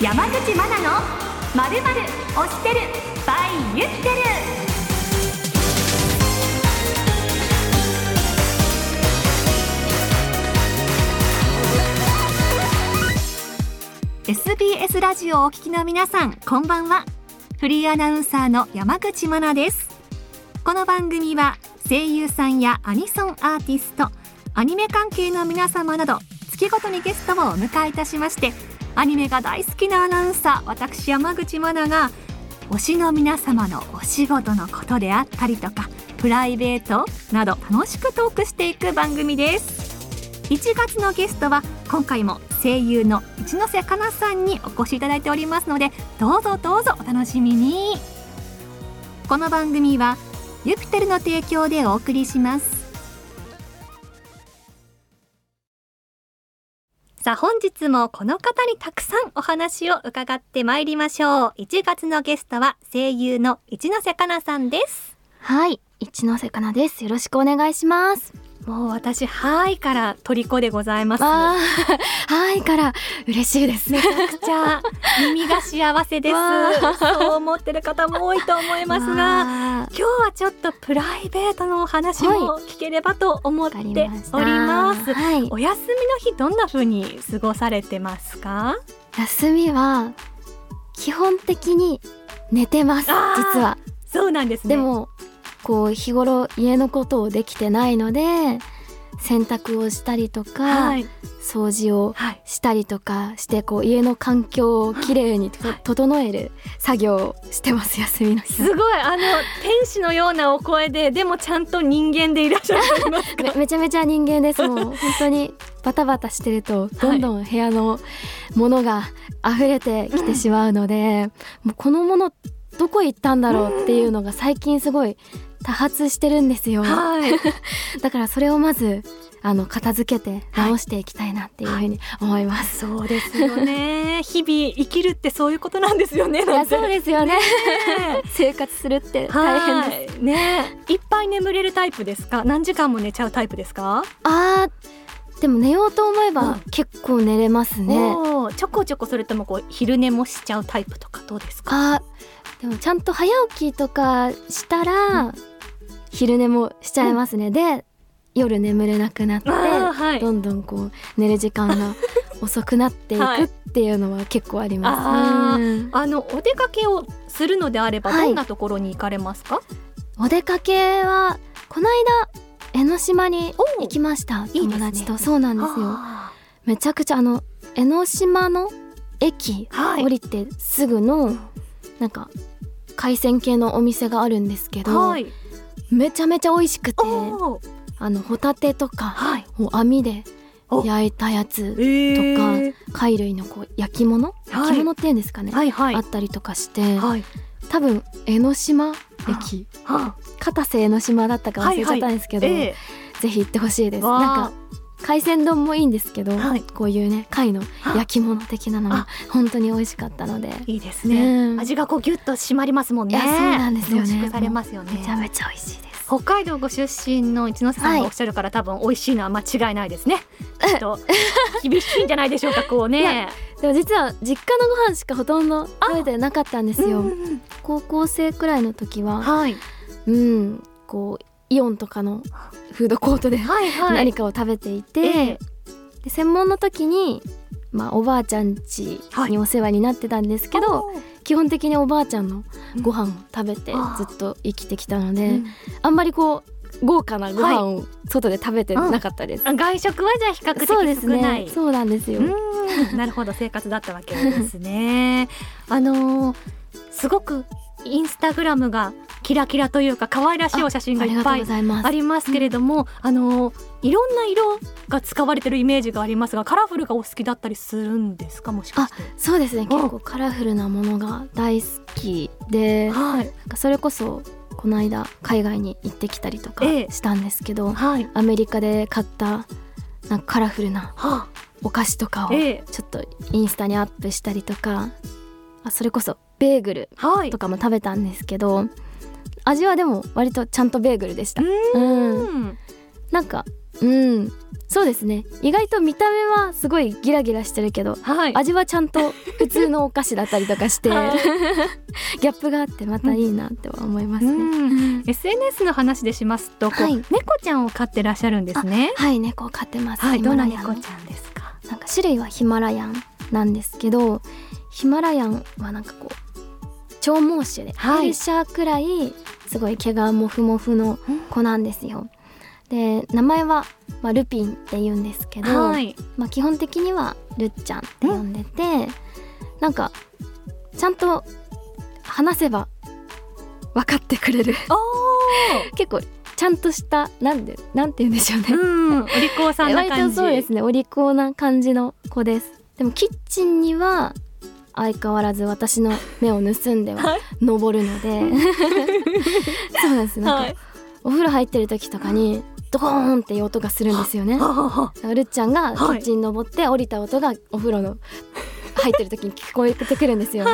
山口真奈の〇〇推してる by 言ってる。SBS ラジオをお聞きの皆さん、こんばんは。フリーアナウンサーの山口真奈です。この番組は声優さんやアニソンアーティスト、アニメ関係の皆様など月ごとにゲストをお迎えいたしまして、アニメが大好きなアナウンサー私山口真奈が推しの皆様のお仕事のことであったりとかプライベートなど楽しくトークしていく番組です。1月のゲストは今回も声優の一ノ瀬香奈さんにお越しいただいておりますので、どうぞどうぞお楽しみに。この番組はユピテルの提供でお送りします。さあ、本日もこの方にたくさんお話を伺ってまいりましょう。1月のゲストは声優の一ノ瀬香奈さんです。 はい、一ノ瀬香奈です。よろしくお願いします。 もう私はいから虜でございます。 はいから嬉しいです。 めちゃくちゃ耳が幸せです。そう思ってる方も多いと思いますが、今日はちょっとプライベートのお話も聞ければと思っております。 はい、 お休みの日どんな風に過ごされてますか？ 休みは基本的に寝てます。実はそうなんですね。 でもこう日頃家のことをできてないので洗濯をしたりとか、掃除をしたりとかしてこう家の環境をきれいに整える作業をしてます。休みの日すごい天使のようなお声で、でもちゃんと人間でいらっしゃるますか？ めちゃめちゃ人間です。もう本当にバタバタしてるとどんどん部屋のものが溢れてきてしまうので、もうこのものどこ行ったんだろうっていうのが最近すごい多発してるんですよ。だからそれをまず片付けて直していきたいなっていうふうに思います。 そうですよね。日々生きるってそういうことなんですよね。 いやそうですよね。生活するって大変ですね。いっぱい眠れるタイプですか？何時間も寝ちゃうタイプですか？ でも寝ようと思えば結構寝れますね。 ちょこちょこそれともこう昼寝もしちゃうタイプとかどうですか？ でもちゃんと早起きとかしたら、昼寝もしちゃいますね。で夜眠れなくなって、どんどんこう寝る時間が遅くなっていくっていうのは結構あります。 お出かけをするのであればどんなところに行かれますか？ お出かけはこの間江ノ島に行きました。友達と。そうなんですよ。めちゃくちゃ江ノ島の駅降りてすぐのなんか海鮮系のお店があるんですけど、めちゃめちゃ美味しくて、ホタテとかを網で焼いたやつとか貝類のこう焼き物っていうんですかね、あったりとかして、多分江ノ島駅、片瀬江ノ島だったか忘れちゃったんですけど、ぜひ行ってほしいです。なんか海鮮丼もいいんですけど、こういうね貝の焼き物的なのが本当に美味しかったので。 いいですね。味がこうギュッと締まりますもんね。 そうなんですよね。 凝縮されますよね。 めちゃめちゃ美味しいです。 北海道ご出身の一ノ瀬さんがおっしゃるから、多分美味しいのは間違いないですね。ちょっと厳しいんじゃないでしょうか。こうね。 でも実は実家のご飯しかほとんど食べてなかったんですよ。高校生くらいの時は、こうイオンとかのフードコートで何かを食べていて、で専門の時に、おばあちゃん家にお世話になってたんですけど、基本的におばあちゃんのご飯を食べてずっと生きてきたので、あんまりこう豪華なご飯を外で食べてなかったです。 外食はじゃあ比較的少ない。 そうなんですよ。 なるほど、生活だったわけですね。すごくインスタグラムがキラキラというか可愛らしいお写真がいっぱいありますけれども、いろんな色が使われてるイメージがありますが、カラフルがお好きだったりするんですか？もしかして。 そうですね、結構カラフルなものが大好きで、なんかそれこそこの間海外に行ってきたりとかしたんですけど、アメリカで買ったなんかカラフルなお菓子とかをちょっとインスタにアップしたりとか、それこそベーグルとかも食べたんですけど、味はでも割とちゃんとベーグルでした。なんかそうですね、意外と見た目はすごいギラギラしてるけど、はい、味はちゃんと普通のお菓子だったりとかして、はい、ギャップがあってまたいいなっては思いますね。 SNS の話でしますと、はい、猫ちゃんを飼ってらっしゃるんですね。 はい、猫を飼ってます。 はい、どんな猫ちゃんですか？ なんか種類はヒマラヤンなんですけど、ヒマラヤンはなんかこう長毛種で、はい、ペルシャくらいすごい毛がモフモフの子なんですよ。で名前は、ルピンって言うんですけど、はい、基本的にはルッちゃんって呼んでて、なんかちゃんと話せば分かってくれる結構ちゃんとしたなんて言うんでしょうね、 お利口さんな感じ。 そうですね、お利口な感じの子です。でもキッチンには相変わらず私の目を盗んでは登るのでそうなんです。なんか、はい、お風呂入ってる時とかにドコーンっていう音がするんですよね。ルッちゃんがキッチンに登って降りた音がお風呂の入ってる時に聞こえてくるんですよ、はい、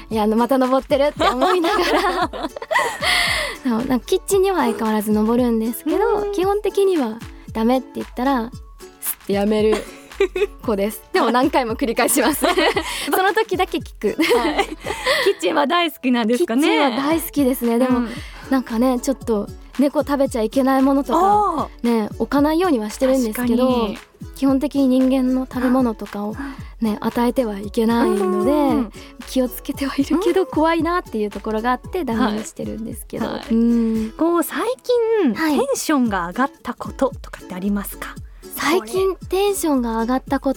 いやまた登ってるって思いながらなんかキッチンには相変わらず登るんですけど、基本的にはダメって言ったらスッてやめる子です。でも何回も繰り返しますその時だけ聞く、はい、 キッチンは大好きなんですかね。 キッチンは大好きですね。でも、なんかねちょっと猫食べちゃいけないものとかね置かないようにはしてるんですけど、基本的に人間の食べ物とかをね与えてはいけないので気をつけてはいるけど怖いなっていうところがあってダメにしてるんですけど、 こう最近、テンションが上がったこととかってありますか？ 最近テンションが上がったこと、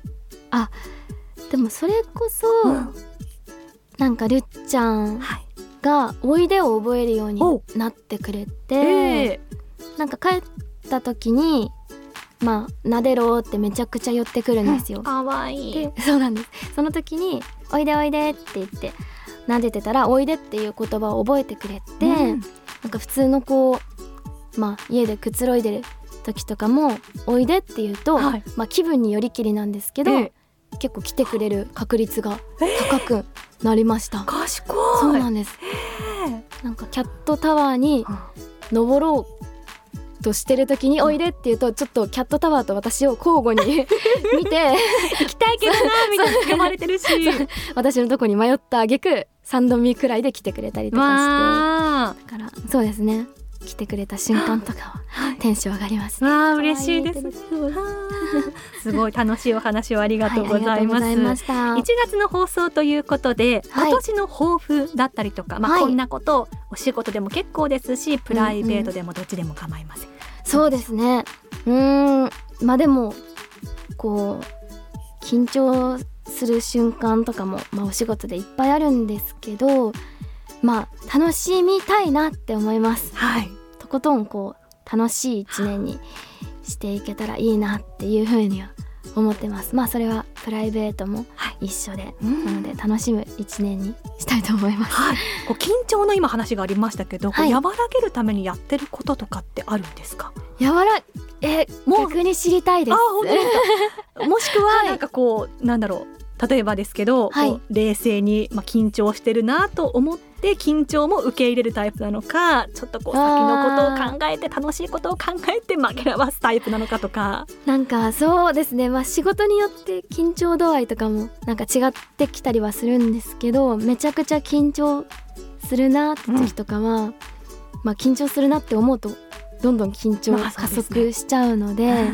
でもそれこそ、なんかルッちゃんがおいでを覚えるようになってくれて、なんか帰った時に撫でろってめちゃくちゃ寄ってくるんですよ。 かわいい。 でそうなんです。その時においでおいでって言って撫でてたらおいでっていう言葉を覚えてくれて、なんか普通のこう家でくつろいでる時とかもおいでって言うと、気分によりきりなんですけど、結構来てくれる確率が高くなりました。 賢い。 そうなんです。なんかキャットタワーに登ろうとしてる時においでって言うと、ちょっとキャットタワーと私を交互に見て行きたいけどなみたいな読まれてるし私のとこに迷った挙句3度見くらいで来てくれたりとかして、だからそうですね、来てくれた瞬間とかはテンション上がりますね。 嬉しいです。すごい楽しいお話をありがとうございます。1月の放送ということで、今年の抱負だったりとか、こんなことをお仕事でも結構ですし、プライベートでもどっちでも構いません。 そうですね。でもこう緊張する瞬間とかも、お仕事でいっぱいあるんですけど、楽しみたいなって思います。とことんこう楽しい一年にしていけたらいいなっていうふうには思ってます。それはプライベートも一緒で、なので楽しむ一年にしたいと思います。 こう緊張の今話がありましたけど、和らげるためにやってることとかってあるんですか？ 逆に知りたいです。 もしくはなんかこうなんだろう、例えばですけど、冷静に、緊張してるなと思って緊張も受け入れるタイプなのか、ちょっとこう先のことを考えて楽しいことを考えて紛らわすタイプなのかとか。 なんかそうですね、仕事によって緊張度合いとかもなんか違ってきたりはするんですけど、めちゃくちゃ緊張するなって時とかは、緊張するなって思うとどんどん緊張加速しちゃうので、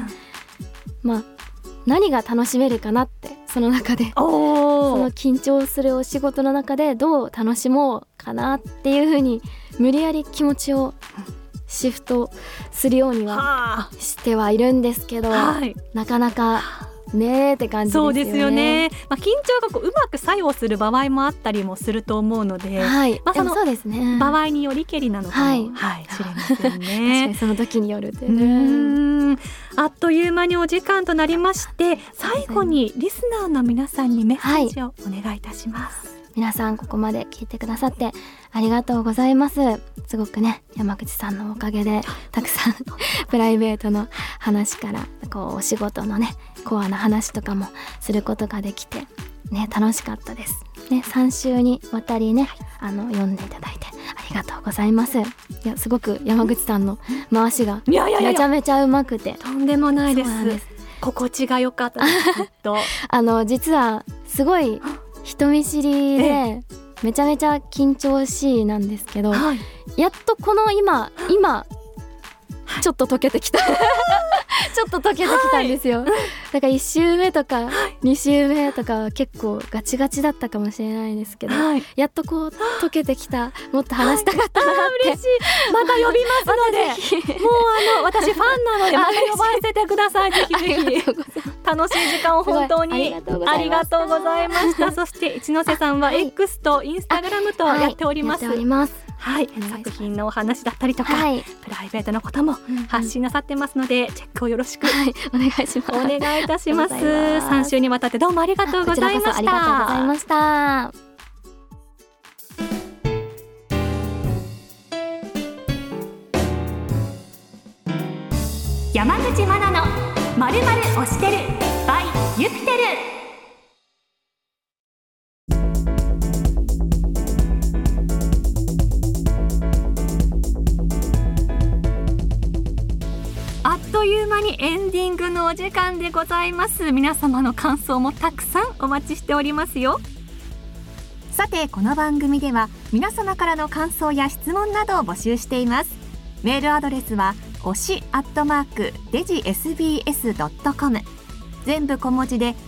何が楽しめるかなって、その中でその緊張するお仕事の中でどう楽しもうかなっていう風に無理やり気持ちをシフトするようにはしてはいるんですけど、なかなかねって感じですよね。 そうですよね。緊張がこううまく作用する場合もあったりもすると思うので、 そうですね、 場合によりけりなのかも、しれませんね。確かにその時によるというね。 あっという間にお時間となりまして、最後にリスナーの皆さんにメッセージをお願いいたします。 皆さんここまで聞いてくださってありがとうございます。すごくね、山口さんのおかげでたくさんプライベートの話からこうお仕事のねコアな話とかもすることができてね、楽しかったですね。3週にわたりね読んでいただいてありりがとうございます。いやすごく山口さんの回しがめちゃめちゃうまくて、 とんでもないです。心地が良かったですきっと実はすごい人見知りでめちゃめちゃ緊張しいなんですけど、はい、やっとこの今ちょっと溶けてきたちょっと溶けてきたんですよ、はい、だから1週目とか2週目とかは結構ガチガチだったかもしれないですけど、はい、やっとこう溶けてきた。もっと話したかったなって、はい、 嬉しい。また呼びますのでもう私ファンなのでまた呼ばせてください。ぜひぜひ楽しい時間を本当にありがとうございました。そして一ノ瀬さんは X とインスタグラムとやっております。はい、作品のお話だったりとか、はい、プライベートのことも発信なさってますので、チェックをよろしく、はい、 お願いします。 お願いいたします。3週にわたってどうもありがとうございました。 ありがとうございました。 山口真奈の〇〇推してる by ユピテル。あっという間にエンディングのお時間でございます。皆様の感想もたくさんお待ちしておりますよ。さてこの番組では皆様からの感想や質問などを募集しています。メールアドレスは推し@degisbs.com、 全部小文字で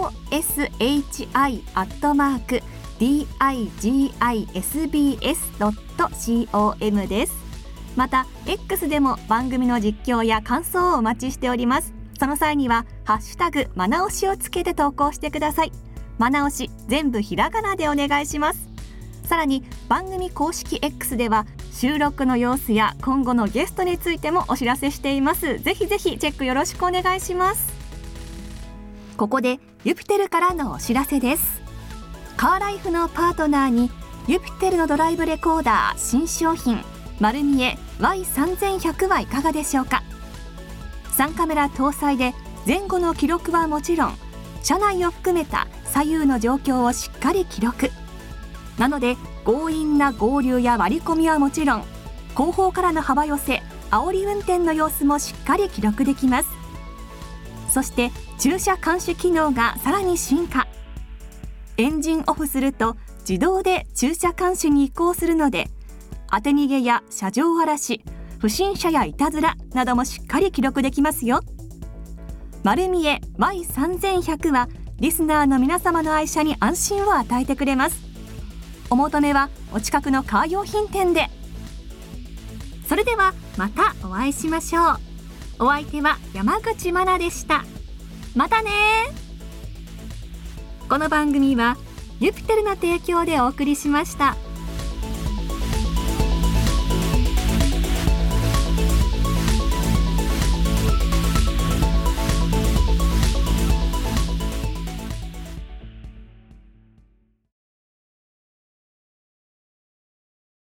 oshi@digisbs.com です。また X でも番組の実況や感想をお待ちしております。その際にはハッシュタグマナ推しをつけて投稿してください。マナ推し全部ひらがなでお願いします。さらに番組公式 X では収録の様子や今後のゲストについてもお知らせしています。ぜひぜひチェックよろしくお願いします。ここでユピテルからのお知らせです。カーライフのパートナーにユピテルのドライブレコーダー新商品丸見え Y3100 はいかがでしょうか。3カメラ搭載で前後の記録はもちろん車内を含めた左右の状況をしっかり記録なので、強引な合流や割り込みはもちろん後方からの幅寄せ煽り運転の様子もしっかり記録できます。そして駐車監視機能がさらに進化。エンジンオフすると自動で駐車監視に移行するので、当て逃げや車上荒らし、不審者やいたずらなどもしっかり記録できますよ。丸見え Y3100 はリスナーの皆様の愛車に安心を与えてくれます。お求めはお近くのカー用品店で。それではまたお会いしましょう。お相手は山口真奈でした。またね。この番組はユピテルの提供でお送りしました。